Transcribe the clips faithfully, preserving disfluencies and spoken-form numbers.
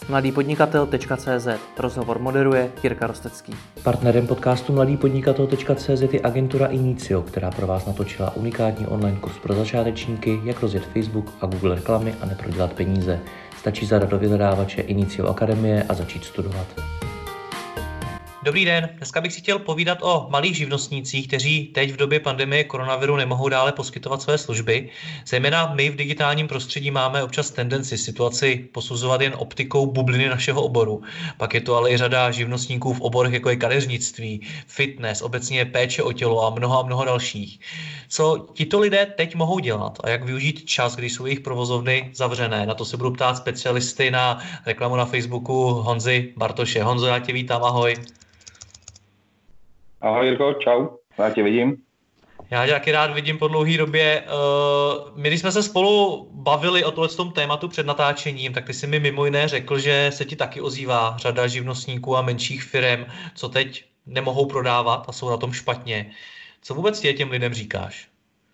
mladý podnikatel tečka cé zet. Rozhovor moderuje Jirka Rostecký. Partnerem podcastu mladý podnikatel tečka cé zet je agentura Inicio, která pro vás natočila unikátní online kurz pro začátečníky, jak rozjet Facebook a Google reklamy a neprodělat peníze. Stačí zadat do vyhledávače Inicio Akademie a začít studovat. Dobrý den, dneska bych si chtěl povídat o malých živnostnících, kteří teď v době pandemie koronaviru nemohou dále poskytovat své služby. Zejména my v digitálním prostředí máme občas tendenci situaci posuzovat jen optikou bubliny našeho oboru. Pak je to ale i řada živnostníků v oborech, jako je kadeřnictví, fitness, obecně péče o tělo a mnoho a mnoho dalších. Co tito lidé teď mohou dělat a jak využít čas, když jsou jejich provozovny zavřené? Na to se budu ptát specialisty na reklamu na Facebooku Honzy Bartoše. Honzo, já tě vítám, ahoj. Ahoj Jirko, čau, já tě vidím. Já tě taky rád vidím po dlouhé době. My, když jsme se spolu bavili o tomto tématu před natáčením, tak ty jsi mi mimo jiné řekl, že se ti taky ozývá řada živnostníků a menších firem, co teď nemohou prodávat a jsou na tom špatně. Co vůbec tě těm lidem říkáš?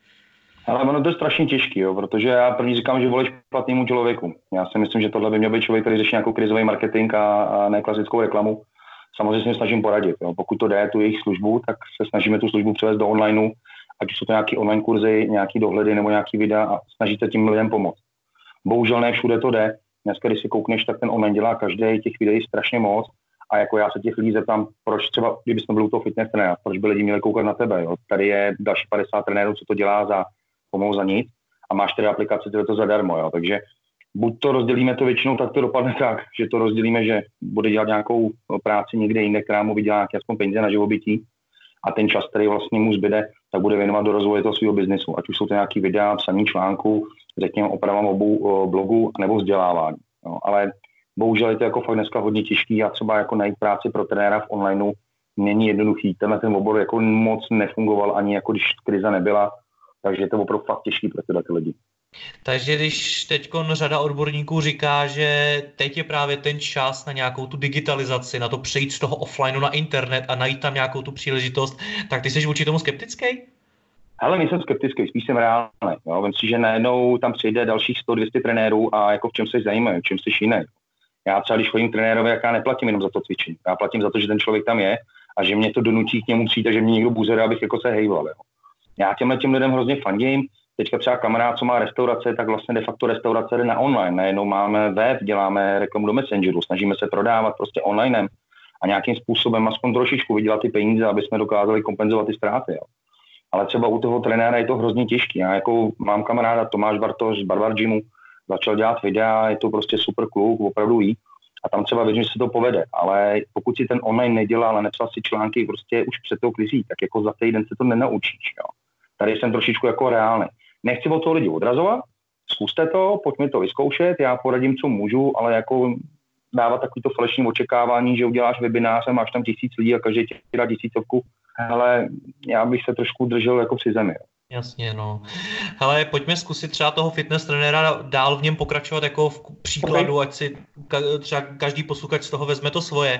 Ale ono to je strašně těžký, jo, protože já první říkám, že volíš špatnému člověku. Já si myslím, že tohle by měl být člověk, který řeší nějakou krizový marketing a, a ne klasickou reklamu. Samozřejmě se jim snažím poradit. Jo. Pokud to jde, tu jejich službu, tak se snažíme tu službu převést do onlineu, ať jsou to nějaké online kurzy, nějaké dohledy nebo nějaký videa a snaží se tím lidem pomoct. Bohužel ne všude to jde. Dneska, když si koukneš, tak ten online dělá každý, těch videí strašně moc. A jako já se těch lidí zeptám, proč třeba, kdybychom byli u toho fitness trenéra, proč by lidi měli koukat na tebe. Jo. Tady je další padesát trenérů, co to dělá za pomalu za nic a máš tedy aplikaci, to je to zadarmo. Jo. Takže buď to rozdělíme to většinou, tak to dopadne tak, že to rozdělíme, že bude dělat nějakou práci někde jinde, která mu vydělá nějaké aspoň peníze na živobytí a ten čas, který vlastně mu zbyde, tak bude věnovat do rozvoje toho svého biznesu. Ať už jsou to nějaký videa, psaní článků, řekněme oprava mobu, blogu nebo vzdělávání. No, ale bohužel je to jako fakt dneska hodně těžký a třeba jako najít práci pro trenéra v onlineu není jednoduchý. Tenhle ten obor jako moc nefungoval ani jako když krize nebyla, takže je to opravdu fakt těžký pro tyhle ty lidi. Takže když teďkon řada odborníků říká, že teď je právě ten čas na nějakou tu digitalizaci, na to přejít z toho offlineu na internet a najít tam nějakou tu příležitost, tak ty jsi vůči tomu skeptický? Hele, nejsem skeptický, spíš jsem reálný. Vem si, že najednou tam přijde dalších sto dvě stě trenérů a jako v čem se zajímají, v čem jsi jiný. Já třeba, když chodím trenérovi, jak já neplatím jenom za to cvičení. Já platím za to, že ten člověk tam je a že mě to donutí k němu přijít a že mě někdo buzere, abych jako se hejval. Jo. Já těmhle těm lidem hrozně fandím. Teďka třeba kamarád, co má restaurace, tak vlastně de facto restaurace jde na online. Najednou máme web, děláme reklamu do Messengeru, snažíme se prodávat prostě onlinem a nějakým způsobem aspoň trošičku vydělat ty peníze, aby jsme dokázali kompenzovat ty ztráty. Jo. Ale třeba u toho trenéra je to hrozně těžký. Já jako mám kamaráda Tomáš Bartoš z Barbar Gymu, začal dělat videa, je to prostě super kluk, opravdu jí. A tam třeba věřím, že se to povede. Ale pokud si ten online nedělá, ale nepsal si články prostě už před tou krizí, tak jako za týden se to nenaučíš. Jo. Tady jsem trošičku jako reálný. Nechci od toho lidi odrazovat, zkuste to, pojďme to vyzkoušet, já poradím, co můžu, ale jako dávat takovýto falešní očekávání, že uděláš webinář a máš tam tisíc lidí a každý ti dá tisícovku, ale já bych se trošku držel jako při zemi. Jasně, no. Hele, pojďme zkusit třeba toho fitness trenéra dál v něm pokračovat jako v příkladu, ať si ka- třeba každý posluchač z toho vezme to svoje.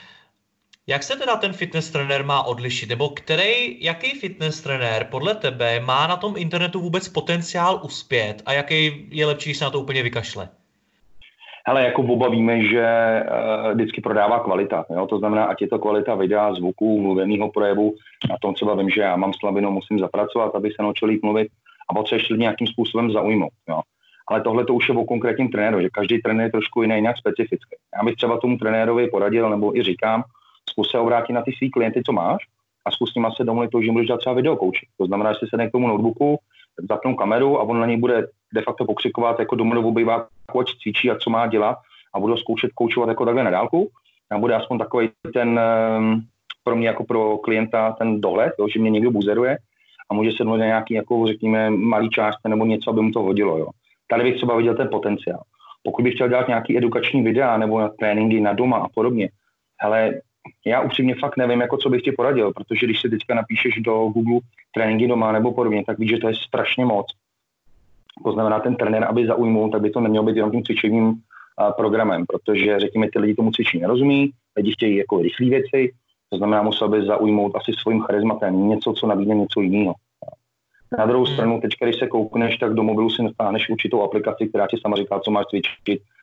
Jak se teda ten fitness trenér má odlišit? Nebo který, jaký fitness trenér podle tebe má na tom internetu vůbec potenciál uspět a jaký je lepší, když se na to úplně vykašle? Hele, jako oba víme, že uh, vždycky prodává kvalita. Jo? To znamená, ať je to kvalita videa, zvuku, mluveného projevu. Na tom třeba vím, že já mám slabinu, musím zapracovat, abych se naučil líp mluvit a potřebuje ještě nějakým způsobem zaujmout. Jo? Ale tohle to už je o konkrétním trenéru, že každý trenér je trošku jiný, nějak specifický. Já bych třeba tomu trenérovi poradil, nebo i říkám, zkus se obrátit na ty svý klienty, co máš, a zkus s nima se domluvit to, že můžeš dát třeba videokouči. To znamená, že si sedne k tomu notebooku, zapnou kameru a on na něj bude de facto pokřikovat jako domů do obýváku, ať cvičí a co má dělat a budu zkoušet koučovat jako takhle na dálku. A bude aspoň takový ten pro mě jako pro klienta ten dohled, jo, že mě někdo buzeruje a může se domluvit na nějaký jako řekněme malý částce nebo něco, aby mu to hodilo. Jo. Tady bych třeba viděl ten potenciál. Pokud bych chtěl dělat nějaký edukační videa nebo na tréninky na doma a podobně, hele, já upřímně fakt nevím, jako co bych ti poradil, protože když si teďka napíšeš do Google tréninky doma nebo podobně, tak víš, že to je strašně moc. To znamená, ten trenér, aby zaujmul, tak by to nemělo být jenom tím cvičením uh, programem, protože řekněme, ty lidi tomu cvičení nerozumí, lidi chtějí jako rychlé věci, to znamená, musel by zaujmout asi svým charizmatem něco, co nabídne něco jiného. Na druhou stranu, teď, když se koukneš, tak do mobilu si nastáhneš určitou aplikaci, která ti sama říká, co máš cvičit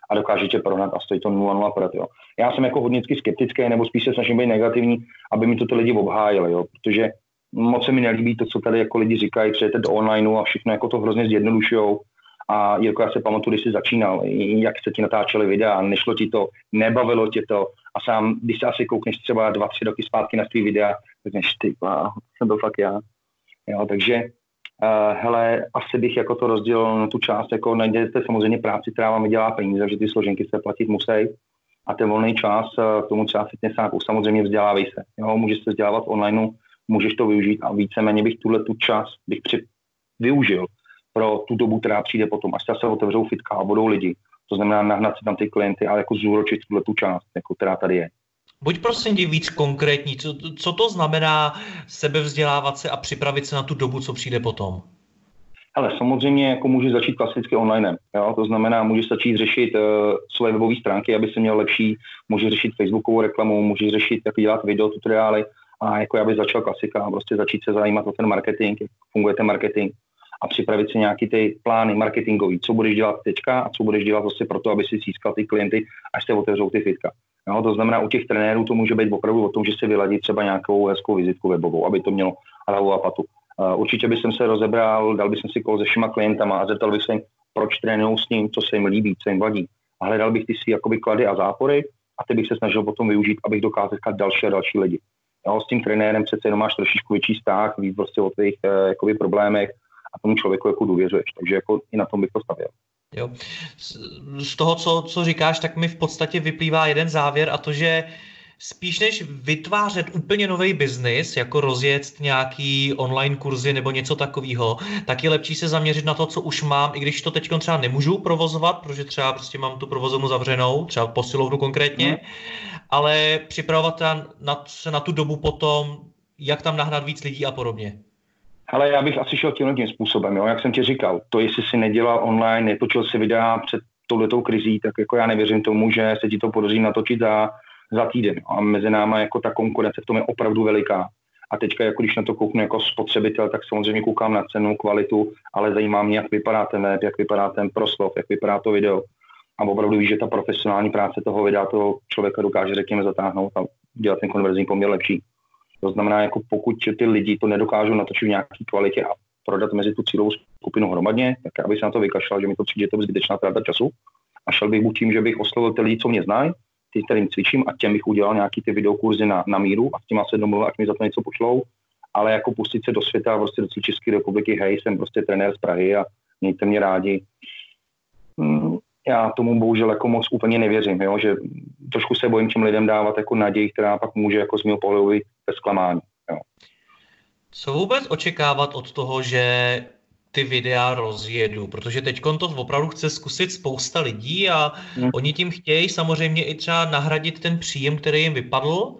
a dokáže tě prohnat a stojí to nula nula prd, jo. Já jsem jako hodnicky skeptický, nebo spíš se snažím být negativní, aby mi to ty lidi obhájili, jo, protože moc se mi nelíbí to, co tady jako lidi říkají, přejete do onlineu a všechno jako to hrozně zjednodušujou. A Jirko, já se pamatuju, když jsi začínal, jak se ti natáčely videa, nešlo ti to, nebavilo tě to a sám, když se asi koukneš třeba dva, tři roky zpátky na svý videa, řekneš ty, wow, jsem to fakt já. Jo, takže uh, hele, asi bych jako to rozdělil na tu část, jako najděte samozřejmě práci, která vám vydělá peníze, že ty složenky se platit musí a ten volný čas k tomu třeba fitnessáku, samozřejmě vzdělávej se. Jo, můžeš se vzdělávat online, můžeš to využít a víceméně bych tuhle tu čas bych při, využil pro tu dobu, která přijde potom, až se otevřou fitka a budou lidi. To znamená nahnat si tam ty klienty, ale jako zúročit tuhle tu část, jako která tady je. Buď prosím tě víc konkrétní, co, co to znamená sebevzdělávat se a připravit se na tu dobu, co přijde potom? Hele, samozřejmě jako můžeš začít klasicky online, jo? To znamená, můžeš začít řešit uh, svoje webové stránky, aby si měl lepší, můžeš řešit facebookovou reklamu, můžeš řešit, jak dělat video tutoriály a jako já bych začal klasika, prostě začít se zajímat o ten marketing, jak funguje ten marketing a připravit si nějaký ty plány marketingový, co budeš dělat teďka a co budeš dělat vlastně proto, aby si získal ty klienty, až se otevřou ty fitka. Jo, to znamená, u těch trenérů to může být opravdu o tom, že si vyladí třeba nějakou hezkou vizitku webovou, aby to mělo hlavu a patu. Uh, určitě bych se rozebral, dal bych si kol se všema klientama a zeptal bych se jim, proč trénují s ním, co se jim líbí, co jim vadí. A hledal bych ty si jakoby klady a zápory a ty bych se snažil potom využít, abych dokázal získat další a další lidi. Jo, s tím trenérem přece jenom máš trošičku větší vztah, víc prostě o tvých uh, jakoby problémech a tomu člověku jako důvěřuješ. Takže jako i na tom bych to stavěl. Jo. Z toho, co, co říkáš, tak mi v podstatě vyplývá jeden závěr a to, že spíš než vytvářet úplně nový biznis, jako rozjet nějaký online kurzy nebo něco takového, tak je lepší se zaměřit na to, co už mám, i když to teď třeba nemůžu provozovat, protože třeba prostě mám tu provozovnu zavřenou, třeba posilovnu konkrétně, hmm. ale připravovat na, se na tu dobu potom, jak tam nahnat víc lidí a podobně. Ale já bych asi šel tímhle tím způsobem, jo? Jak jsem ti říkal, to jestli si nedělal online, netočil si videa před touhletou krizí, tak jako já nevěřím tomu, že se ti to podaří natočit za, za týden. A mezi náma jako ta konkurence v tom je opravdu veliká. A teďka, jako když na to kouknu jako spotřebitel, tak samozřejmě koukám na cenu, kvalitu, ale zajímá mě, jak vypadá ten web, jak vypadá ten proslov, jak vypadá to video. A opravdu víš, že ta profesionální práce toho videa toho člověka dokáže, řekněme, zatáhnout a dělat ten konverzní poměr lepší. To znamená, jako pokud ty lidi to nedokážou natočit v nějaké kvalitě a prodat mezi tu cílovou skupinu hromadně, tak já bych se na to vykašlal, že mi to přijde, že to je zbytečná tráta času. A šel bych buď tím, že bych oslovil ty lidi, co mě znají, ty, kterým cvičím, a těm bych udělal nějaký ty videokurzy na, na míru a s tím se domluvil, ať mi za to něco pošlou. Ale jako pustit se do světa, prostě do České republiky, hej, jsem prostě trenér z Prahy a mějte mě rádi. Hmm, já tomu bohužel jako moc úplně nevěřím, jo? Že trošku se bojím těm lidem dávat jako naději, která pak může jako z mého pohledu být bez zklamání. Jo? Co vůbec očekávat od toho, že ty videa rozjedu? Protože teď to opravdu chce zkusit spousta lidí a hmm. oni tím chtějí samozřejmě i třeba nahradit ten příjem, který jim vypadl.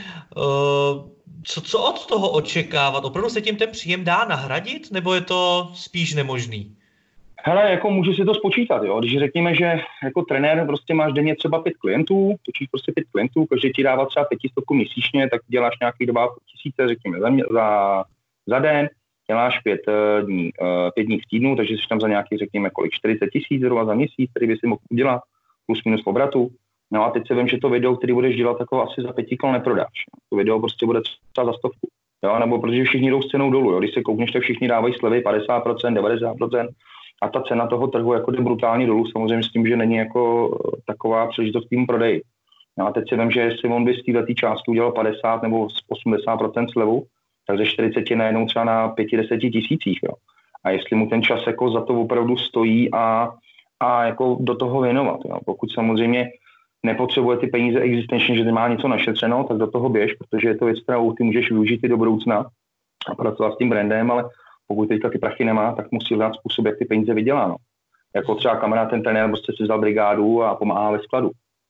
Co, co od toho očekávat? Opravdu se tím ten příjem dá nahradit, nebo je to spíš nemožný? Hele, jako může si to spočítat, jo. Když řekněme, že jako trenér prostě máš denně třeba pět klientů, točíš prostě pět klientů, každý ti dává třeba pětistovku měsíčně, tak děláš nějaký doba tisíce, řekněme, za, za, za den, děláš pět dní, pět dní v týdnu, takže jsi tam za nějaký, řekněme, kolik, čtyřicet tisíc zhruba za měsíc, který by si mohl udělat, plus minus obratu. No a teď se vím, že to video, který budeš dělat, jako asi za pěti kol neprodáš. To video prostě bude třeba za stovku. Jo, nebo protože všichni jdou s cenou dolů, jo. Když se koukneš, tak všichni dávají slevy padesát procent, devadesát procent. A ta cena toho trhu jako jde brutálně dolů, samozřejmě s tím, že není jako taková příležitost k tím prodeji. No a teď si vím, že jestli on by z této částky udělal padesát nebo osmdesát procent slevu, tak ze čtyřicet najednou třeba na pět deset tisících. Jo. A jestli mu ten čas jako za to opravdu stojí a, a jako do toho věnovat. Jo. Pokud samozřejmě nepotřebuje ty peníze existenčně, že nemá něco našetřeno, tak do toho běž, protože je to věc, kterou ty můžeš využít i do budoucna a pracovat s tím brandem, ale pokud teďka ty prachy nemá, tak musí dát způsob, jak ty peníze vydělá. No. Jako třeba kamarád, ten trenér prostě si vzal brigádu a pomáhá ve skladu.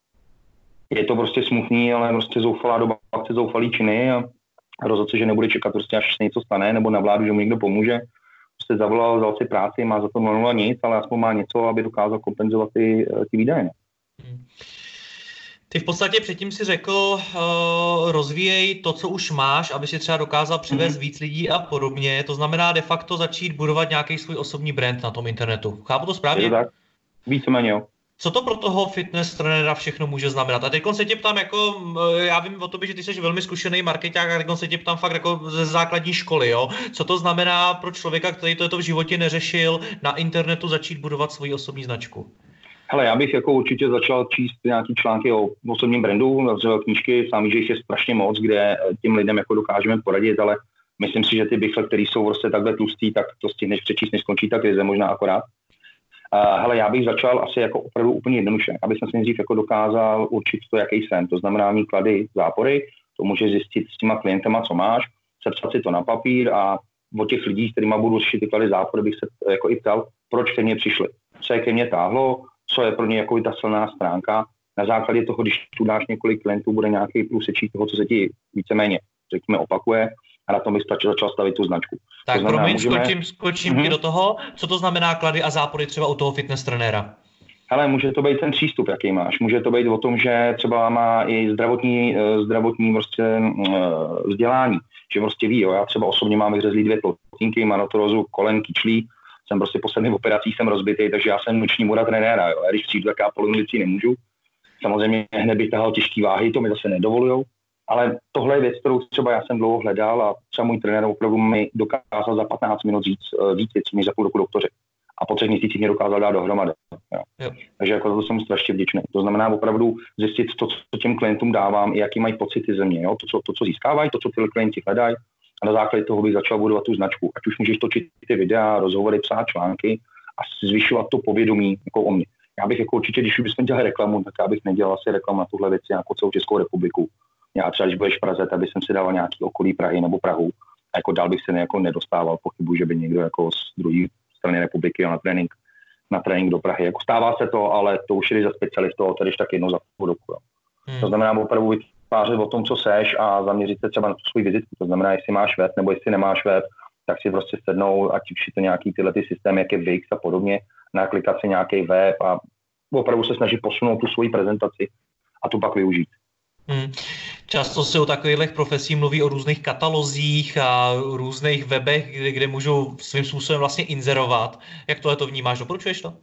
Je to prostě smutný, ale prostě zoufalá doba, chce zoufalý činy a rozhodl se, že nebude čekat prostě, až se něco stane, nebo na vládu, že mu někdo pomůže. Prostě zavolal, vzal si práci, má za to nula nic, ale aspoň má něco, aby dokázal kompenzovat ty, ty výdaje. Hmm. Ty v podstatě předtím si řekl, uh, rozvíjej to, co už máš, aby si třeba dokázal přivést mm-hmm. víc lidí a podobně. To znamená de facto začít budovat nějaký svůj osobní brand na tom internetu. Chápu to správně? Je to tak. Víceméně jo. Co to pro toho fitness trenéra všechno může znamenat? A teď se tě ptám, jako, já vím o tobě, že ty jsi velmi zkušený markeťák, a teď se tě ptám fakt jako ze základní školy, jo? Co to znamená pro člověka, který to v životě neřešil, na internetu začít budovat svoji osobní značku? Hele, já bych jako určitě začal číst nějaký články o osobním brandu, třeba knížky, sám že jich je strašně moc, kde těm lidem jako dokážeme poradit, ale myslím si, že ty bichle, který jsou prostě takhle tlustý, tak to stihneš přečíst, než skončí ta krize, možná akorát. Uh, hele, já bych začal asi jako opravdu úplně jednoduše, abych se nejdřív jako dokázal určit to, jaký jsem. To znamená mít klady, zápory, to můžeš zjistit s těma klientama, co máš, sepsat si to na papír a od těch lidí, kterýma budu řešit ty klady, zápory, bych se jako i ptal, proč ke mně přišli, co je ke mně táhlo, co je pro ně jako ta silná stránka. Na základě toho, když tu dáš několik klientů, bude nějaký průsečík toho, co se ti víceméně, řekněme, opakuje, a na tom bych začal stavit tu značku. Tak znamená, promiň, můžeme... skočím, skočím mm-hmm. ti do toho. Co to znamená klady a zápory třeba u toho fitness trenéra? Hele, může to být ten přístup, jaký máš. Může to být o tom, že třeba má i zdravotní, zdravotní prostě vzdělání. Že prostě ví, jo, já třeba osobně mám vyřezlý dvě plotínky, manotorózu, kolen, kyčlí, jsem prostě po sedmi operacích jsem rozbitý, takže já jsem noční můra trenéra, jo. A když přijdu, tak já polovinu věcí nemůžu. Samozřejmě hned bych tahal těžký váhy, to mi zase nedovolujou. Ale tohle je věc, kterou třeba já jsem dlouho hledal a třeba můj trenér opravdu mi dokázal za patnáct minut říct víc věcí, než za půl roku doktoři. A po třech měsících mě dokázal dát dohromady. Jo. Jo. Takže jako to jsem strašně vděčný. To znamená opravdu zjistit to, co těm klientům dávám, i jaký mají pocity ze mě. Jo. To, co, to, co získávají, to, co ty klienti hledají. A na základě toho bych začal budovat tu značku. Ať už můžeš točit ty videa, rozhovory, psát články a zvyšovat to povědomí jako o mě. Já bych jako určitě, když bychom dělali reklamu, tak já bych nedělal asi reklamu na tuhle věci jako celou Českou republiku. Já třeba, když budeš v Praze, tak bych si dával nějaký okolí Prahy nebo Prahu. A jako dál bych se jako nedostával, pochybuji, že by někdo jako z druhé strany republiky na trénink, na trénink do Prahy. Jako stává se to, ale to už je za specialistou, tedy tak jednou za půl roku. Hmm. To znamená opravdu vytvářet o tom, co seš a zaměřit se třeba na tu svůj vizitku. To znamená, jestli máš web nebo jestli nemáš web, tak si prostě sednou, ať už je to nějaký tyhle ty systémy, jak je Wix a podobně, naklikat si nějaký web a opravdu se snažit posunout tu svoji prezentaci a tu pak využít. Hmm. Často se o takových profesí mluví o různých katalozích a různých webech, kde, kde můžou svým způsobem vlastně inzerovat. Jak tohle to vnímáš? Doporučuješ to?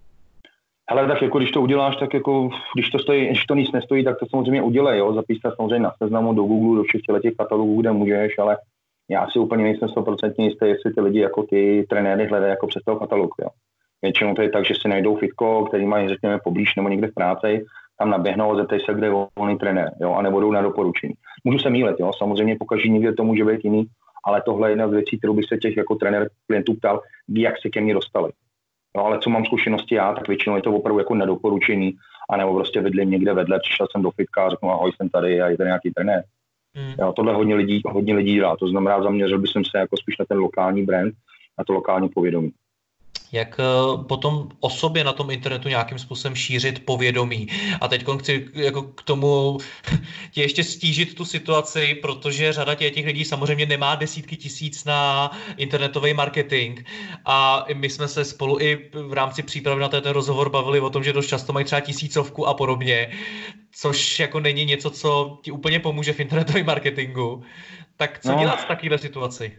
Hele, tak jako když to uděláš, tak jako když to stojí, když to nic nestojí, tak to samozřejmě udělej, jo. Zapíš se samozřejmě na Seznamu, do Google, do všech těch katalogů, kde můžeš, ale já si úplně nejsem sto procent jistý, jestli ty lidi jako ty trenéry hledají jako přes toho katalog, jo. Většinou to je tak, že si najdou fitko, který mají, řekněme, poblíž nebo někde v práci, tam naběhnou a zeptej se, kde je volný trenér, jo, a nebudou na doporučení. Můžu se mýlit, jo, samozřejmě pokaždé někde to může být jiný, ale tohle je jedna z věcí, kterou by se těch jako trenér klientů ptal, jak se ke mně dostali. No, ale co mám zkušenosti já, tak většinou je to opravdu jako na doporučení, anebo prostě vedlím někde vedle, přišel jsem do fitka a řeknu, ahoj, jsem tady a je tady nějaký trenér. Hmm. Jo, tohle hodně lidí, hodně lidí dělá, to znamená, zaměřil bych se jako spíš na ten lokální brand, na to lokální povědomí. Jak potom o sobě na tom internetu nějakým způsobem šířit povědomí. A teď chci jako k tomu tě ještě stížit tu situaci, protože řada těch lidí samozřejmě nemá desítky tisíc na internetový marketing. A my jsme se spolu i v rámci přípravy na ten rozhovor bavili o tom, že dost často mají třeba tisícovku a podobně, což jako není něco, co ti úplně pomůže v internetovém marketingu. Tak co no. dělat v takovéhle situaci?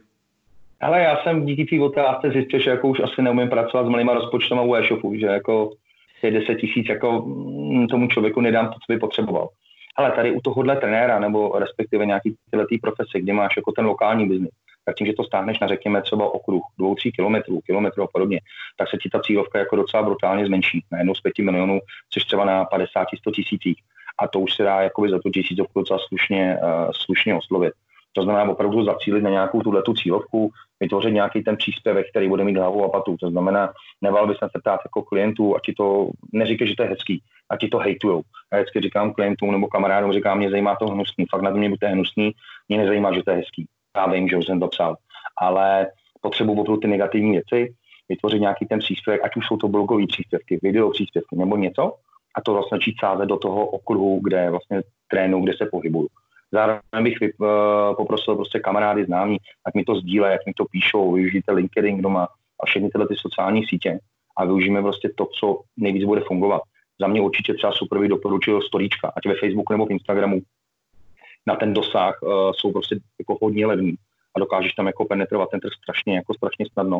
Ale já jsem díky té otázce zjistil, že jako už asi neumím pracovat s malýma rozpočtama u e-shopu, že jako těch deset tisíc jako tomu člověku nedám to, co by potřeboval. Ale tady u tohohle trenéra nebo respektive nějaký tyhle tý profese, kde máš jako ten lokální biznis, tak tím, že to stáhneš na řekněme třeba okruh dvou, tří kilometrů, kilometrů a podobně, tak se ti ta cílovka jako docela brutálně zmenší. Najednou z pěti milionů což třeba na padesát, sto tisících. A to už se dá jakoby za tu tisícovku docela slušně, uh, slušně oslovit. To znamená opravdu zacílit na nějakou tuhletu cílovku, vytvořit nějaký ten příspěvek, který bude mít hlavu a patu. To znamená, nebál by se ptát jako klientů, ať ti to neříkej, že to je hezký, ať ti to hejtujou. Já vždycky říkám klientům nebo kamarádům, říkám, mě zajímá to hnusný, fakt na to mě buďte hnusný, mě nezajímá, že to je hezký. Já vím, že už jsem to psal, ale potřebuji opravdu ty negativní věci, vytvořit nějaký ten příspěvek, ať už jsou to blogové příspěvky, video příspěvky nebo něco, a to vlastně začít sázet do toho okruhu, kde vlastně trénu, kde se pohybuju. Zároveň bych uh, poprosil prostě kamarády, známí, ať mi to sdílejí, jak mi to píšou, využijte LinkedIn doma a všechny tyhle ty sociální sítě a využijeme prostě to, co nejvíc bude fungovat. Za mě určitě třeba super bych doporučil storíčka, ať ve Facebooku nebo v Instagramu. Na ten dosah uh, jsou prostě jako hodně levný a dokážeš tam jako penetrovat ten trh strašně, jako strašně snadno.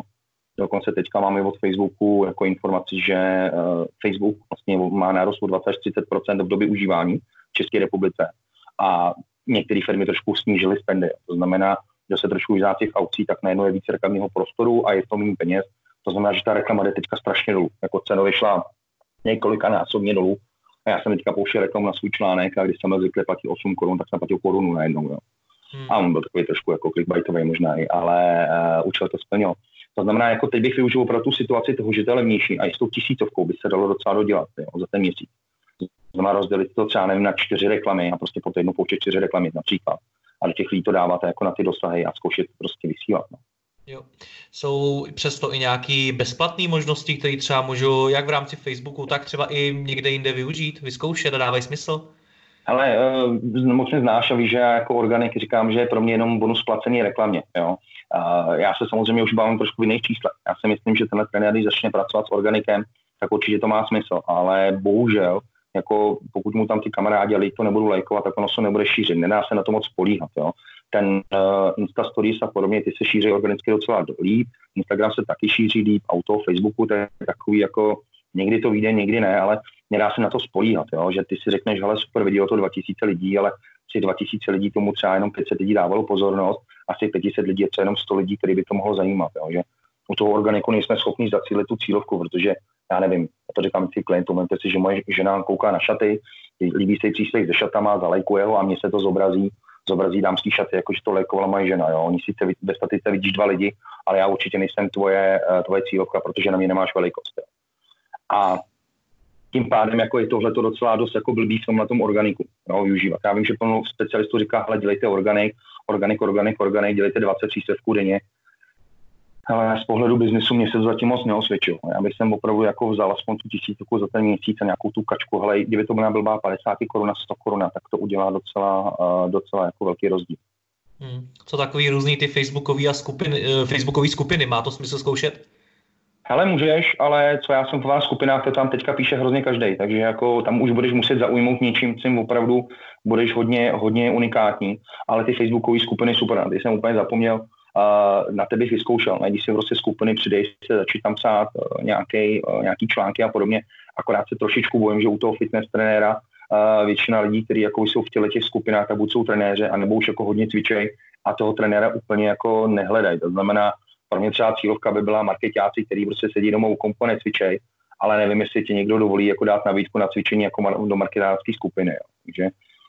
Dokonce teďka máme od Facebooku jako informaci, že uh, Facebook vlastně má nárůst o dvacet až třicet procent v době užívání v České republice a některé firmy trošku snížily spendy. To znamená, že se trošku vyzná těch aukcí, tak najednou je více reklamního prostoru a je to méně peněz. To znamená, že ta reklama jde teďka strašně dolů. Jako cenově šla několika násobně dolů. A já jsem teďka pouštěl reklamu na svůj článek a když jsem zvykle platil osm korun, tak jsem platil korunu najednou. Jo. Hmm. A on byl takový trošku jako clickbaitový možná, ale uh, účel to splnil. To znamená, jako teď bych využil pro tu situaci toho, že to je levnější a i s tou tisícovkou by se dalo docela dodělat jo, za ten měsíc. To znamená rozdělit to třeba nevím na čtyři reklamy a prostě po týdnu poučit čtyři reklamy například. A do těch lidí to dáváte jako na ty dosahy a zkoušet prostě vysílat. No. Jo. Jsou přesto i nějaké bezplatné možnosti, které třeba můžu jak v rámci Facebooku, tak třeba i někde jinde využít, vyzkoušet a dávají smysl? Ale uh, moc mě znáš a víš, že já jako organik říkám, že je pro mě jenom bonus placený reklamě. Jo? Uh, já se samozřejmě už bavím trošku v jiných číslech. Já si myslím, že tenhle trenér, když začne pracovat s organikem, tak určitě to má smysl, ale bohužel, jako pokud mu tam ty kamarádi a lidi to nebudou lajkovat, tak ono se nebude šířit. Nedá se na to moc spolíhat. Jo? Ten uh, Insta Stories a podobně, ty se šíří organicky docela líp, Instagram se taky šíří líp, auto, Facebooku, to je takový jako, někdy to vyjde, někdy ne, ale nedá se na to spolíhat, jo? Že ty si řekneš, hele super, vidělo to dva tisíce lidí, ale asi dva tisíce lidí tomu třeba jenom pět set lidí dávalo pozornost, asi pět set lidí je třeba jenom sto lidí, který by to mohlo zajímat, jo? Že u toho organiku nejsme schopni zacílit tu cílovku, protože já nevím, já to říkám si klientům, vemte si, že moje žena kouká na šaty, líbí se jí příspěch se šatama, zalajkuje ho a mně se to zobrazí, zobrazí dámský šaty, jakože to lajkovala moje žena, jo. Oni sice ve statice vidíš dva lidi, ale já určitě nejsem tvoje, tvoje cílovka, protože na mě nemáš velikost. Jo. A tím pádem jako je tohleto docela dost jako blbý v tomhle tom organiku, jo, využívat. Já vím, že plno specialistů říká, hele, dělejte organik, organik, organik, organik, dělejte dvacet příspěvků denně. Ale z pohledu biznesu mě se to zatím moc neosvědčilo. Já bych sem opravdu jako vzal aspoň tu tisícovku za ten měsíc a nějakou tu kačku, hele, kdyby to byla blbá padesát korun, sto korun, tak to udělá docela, docela jako velký rozdíl. Hmm. Co takový různý ty facebookový a skupiny, facebookový skupiny, má to smysl zkoušet? Hele, můžeš, ale co já jsem v vás skupinách, to tam teďka píše hrozně každej, takže jako tam už budeš muset zaujmout něčím, čím opravdu budeš hodně, hodně unikátní, ale ty facebookové skupiny super, ty jsem úplně zapomněl, Uh, na tebe bych vyzkoušel, najdi si prostě skupiny, přidej se, začít tam psát uh, nějaký, uh, nějaký články a podobně, akorát se trošičku bojím, že u toho fitness trenéra uh, většina lidí, kteří jako jsou v těle těch skupinách, tak buď jsou trenéři, anebo už jako hodně cvičej a toho trenéra úplně jako nehledají. To znamená, pro mě třeba cílovka by byla marketáci, který prostě sedí doma u kompu, necvičej, ale nevím, jestli ti někdo dovolí jako dát nabídku na cvičení jako mar- do marketářské skupiny. Jo. Takže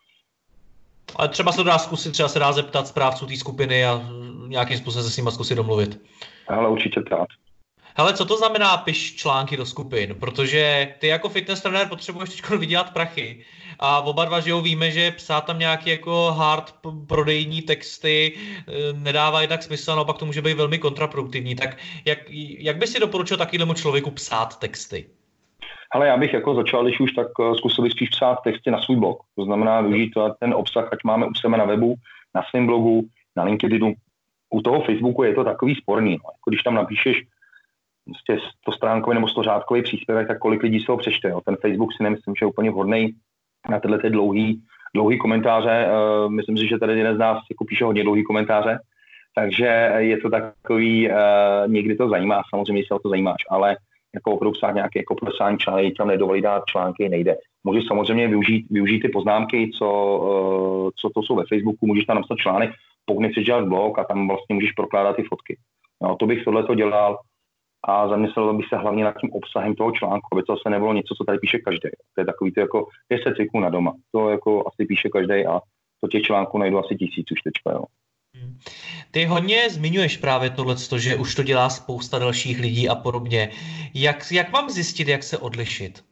ale třeba se to dá zkusit, třeba se dá zeptat správců té skupiny a nějakým způsobem se s nima zkusit domluvit. Ale určitě tak. Hele, co to znamená piš články do skupin? Protože ty jako fitness trenér potřebuješ teď vydělat prachy a oba dva, že jo, víme, že psát tam nějaké jako hard prodejní texty nedává jednak smysl, no pak to může být velmi kontraproduktivní. Tak jak, jak by si doporučil takovému člověku psát texty? Ale já bych jako začal, když už tak zkusil spíš psát texty na svůj blog. To znamená využít ten obsah, ať máme u sebe na webu, na svém blogu, na LinkedInu. U toho Facebooku je to takový sporný. No. Jako když tam napíšeš prostě stostránkový nebo stořádkový příspěvek, tak kolik lidí se ho přečte. Jo. Ten Facebook si nemyslím, že je úplně vhodný na tyhle ty dlouhý, dlouhý komentáře. Uh, myslím si, že tady jeden z nás jako píše hodně dlouhý komentáře. Takže je to takový, uh, někdy to zajímá, samozřejmě, jestli se o to zajímáš, ale jako opravdu psát nějaké jako profesionální články, tam nedovolí dát články, nejde. Můžeš samozřejmě využít, využít ty poznámky, co, uh, co to jsou ve Facebooku, můžeš tam napsat článek, pokud nechceš dělat blog a tam vlastně můžeš prokládat ty fotky. No, to bych tohleto dělal a zamyslel bych se hlavně nad tím obsahem toho článku, aby to se nebylo něco, co tady píše každý. To je takový to jako deset cviků na doma. To jako asi píše každý a to těch článků najdu asi tisíc už teďka, jo. Ty hodně zmiňuješ právě tohleto, že už to dělá spousta dalších lidí a podobně. Jak, jak mám zjistit, jak se odlišit?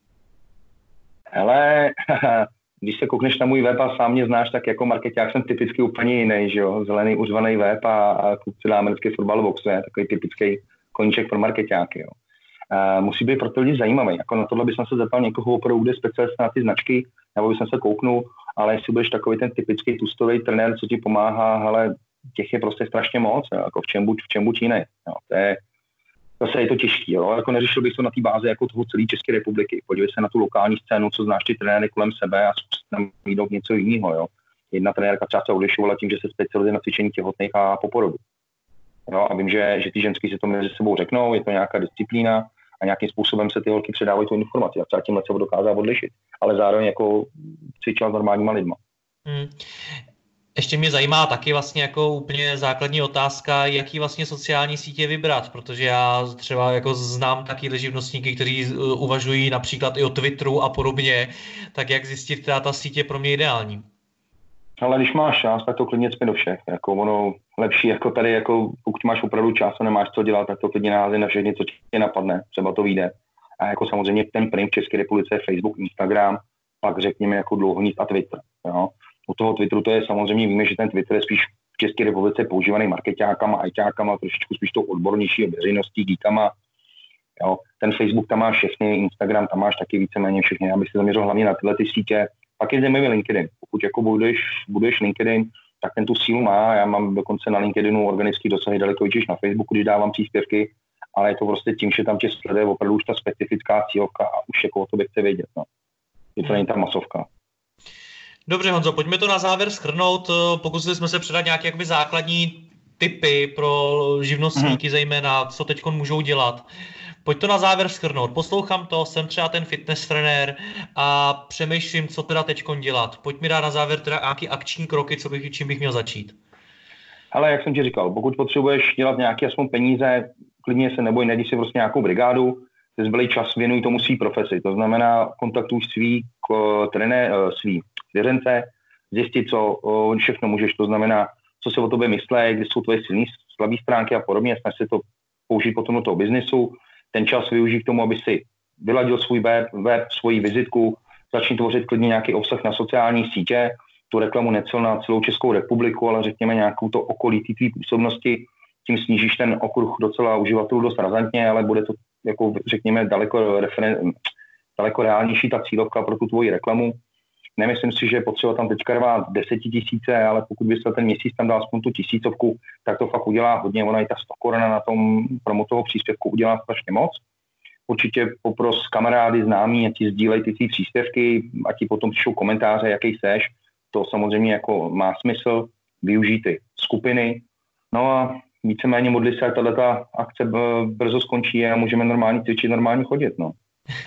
Hele, když se koukneš na můj web a sám mě znáš, tak jako marketák jsem typicky úplně jiný, že jo. Zelený uřvaný web a, a kupci na americký fotbal boxe, takový typický koníček pro marketáky, jo. Uh, musí být pro ty lidi zajímavý. Jako na tohle bych se zeptal někoho opravdu, kde specialista na ty značky, nebo bych se kouknul, ale jestli budeš takový ten typický tustový trenér, co ti pomáhá, hele, těch je prostě strašně moc, jo, jako v čem buď, v čem buď jiný. Jo, to je, zase je to těžký, jo, jako neřešil bych to na té bázi jako toho celé České republiky. Podívej se na tu lokální scénu, co znáš ty trenéry kolem sebe a zkus tam jít něco jiného, jo. Jedna trenérka třeba se odlišovala tím, že se specializuje na cvičení těhotných a po porodu. Jo, a vím, že, že ty ženský si to mezi sebou řeknou, je to nějaká disciplína a nějakým způsobem se ty holky předávají tu informaci a třeba tímhle se dokázá odlišit, ale zároveň jako cvičila s normálníma lidma. Hmm. Ještě mě zajímá taky vlastně jako úplně základní otázka, jaký vlastně sociální sítě vybrat, protože já třeba jako znám taky živnostníky, kteří uvažují například i o Twitteru a podobně, tak jak zjistit, která ta sítě je pro mě ideální? Ale když máš čas, tak to klidně cpě do všech. Jako ono lepší, jako tady, jako pokud máš opravdu čas a nemáš co dělat, tak to klidně naházej na všechny, co tě napadne, třeba to vyjde. A jako samozřejmě ten prim v České republice je Facebook, Instagram, pak řekněme jako dlouhoníc a Twitter. Jo. U toho Twitteru to je samozřejmě, víme, že ten Twitter je spíš v České republice používaný marketákama, ajťákama, trošičku spíš tou odbornější veřejností, geekama. Jo. Ten Facebook tam má všechny, Instagram tam máš taky víceméně všechny, abych se zaměřil hlavně na tyhle ty sítě. Pak je zajímavý LinkedIn. Pokud jako buduješ, buduješ LinkedIn, tak ten tu sílu má. Já mám dokonce na LinkedInu organický dosahy daleko víc na Facebooku, když dávám příspěvky, ale je to prostě tím, že tam tě sleduje opravdu už ta specifická cílovka a už jako o tobě chce vědět. No. Je to není ta masovka. Dobře, Honzo, pojďme to na závěr shrnout. Pokusili jsme se předat nějaké jakoby základní tipy pro živnostníky, hmm. zejména, co teď můžou dělat. Pojď to na závěr shrnout. Poslouchám to, jsem třeba ten fitness trenér a přemýšlím, co teda teď dělat. Pojď mi dát na závěr teda nějaký akční kroky, co bych, čím bych měl začít. Ale jak jsem ti říkal, pokud potřebuješ dělat nějaké aspoň peníze, klidně se neboj, najdi si prostě nějakou brigádu, ty zbylý čas věnuj tomu svý profesi. To znamená, kontaktuj svý trené, svý svěřence, zjistit, co všechno můžeš, to znamená, co se o tobě myslí, kde jsou tvoje silné, slabé stránky a podobně, snaž se to použít potom do toho biznesu. Ten čas využij k tomu, aby si vyladil svůj web, web, svoji vizitku, začni tvořit klidně nějaký obsah na sociální sítě, tu reklamu necel na celou Českou republiku, ale řekněme nějakou to okolí té působnosti, tím snížíš ten okruh docela uživatelů dost razantně, ale bude to, jako řekněme, daleko, referen- daleko reálnější ta cílovka pro tu tvoji reklamu. Nemyslím si, že je potřeba tam teďka rvát desetitisíce, ale pokud bys ten měsíc tam dal aspoň tu tisícovku, tak to fakt udělá hodně. Ona i ta sto koruna na tom promo toho příspěvku udělá strašně moc. Určitě popros kamarády, známí, ať ti sdílej ty tvý příspěvky, ať ti potom píšou komentáře, jaký seš. To samozřejmě jako má smysl, využít ty skupiny. No a víceméně modli se, ať tato akce brzo skončí a můžeme normálně cvičit, normálně chodit, no.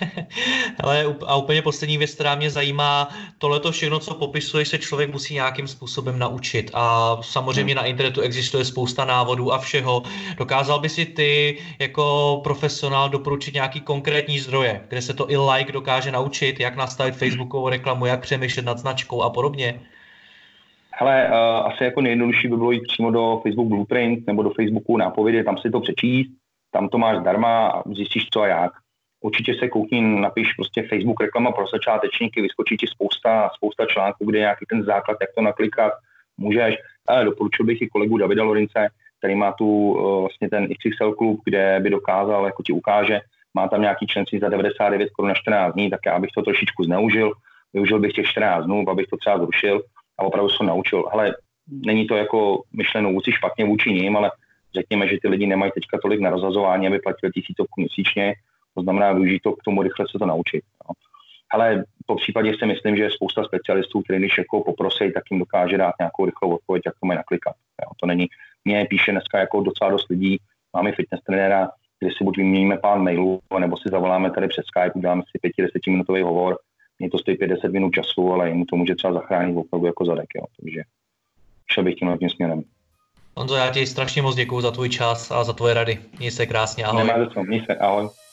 Ale a úplně poslední věc, která mě zajímá, tohleto všechno, co popisuješ, se člověk musí nějakým způsobem naučit a samozřejmě hmm. na internetu existuje spousta návodů a všeho. Dokázal by si ty jako profesionál doporučit nějaký konkrétní zdroje, kde se to i like dokáže naučit, jak nastavit facebookovou reklamu, jak přemýšlet nad značkou a podobně? Hele, uh, asi jako nejjednodušší by bylo jít přímo do Facebook Blueprint nebo do Facebooku nápovědy, tam si to přečíst, tam to máš zdarma a zjistíš co a jak. Určitě se koukni, napiš prostě Facebook reklama pro začátečníky, vyskočí ti spousta, spousta článků, kde je nějaký ten základ, jak to naklikat, můžeš. Ale doporučil bych i kolegu Davida Lorince, který má tu uh, vlastně ten X X L klub, kde by dokázal, jako ti ukáže, má tam nějaký členství za devadesát devět korun na čtrnáct dní, tak já bych to trošičku zneužil, využil bych těch čtrnáct dnů, abych to třeba zrušil a opravdu se naučil. Hele, není to jako myšleno vůči špatně vůči ním, ale řekněme, že ty lidi nemají teďka tolik na rozhazování, aby platili tisícovku měsíčně. To znamená využít to k tomu rychle se to naučit. No. Ale po případě si myslím, že je spousta specialistů, kteří když jako poprosí, tak jim dokáže dát nějakou rychlou odpověď, jak to mají naklikat. Jo. To není, mě píše dneska jako docela dost lidí, máme fitness trenéra, kde si buď vyměníme pár mailů, nebo si zavoláme tady přes Skype, uděláme si pět až deset minutový hovor, mě to stojí pět deset minut času, ale jim to může třeba zachránit opravdu jako zadek. Jo. Takže šel bych tím tím směrem. Honzo, já ti strašně moc děkuju za tvůj čas a za tvoje rady. Měj se krásně, ahoj. Nemáte co, měj se, ahoj.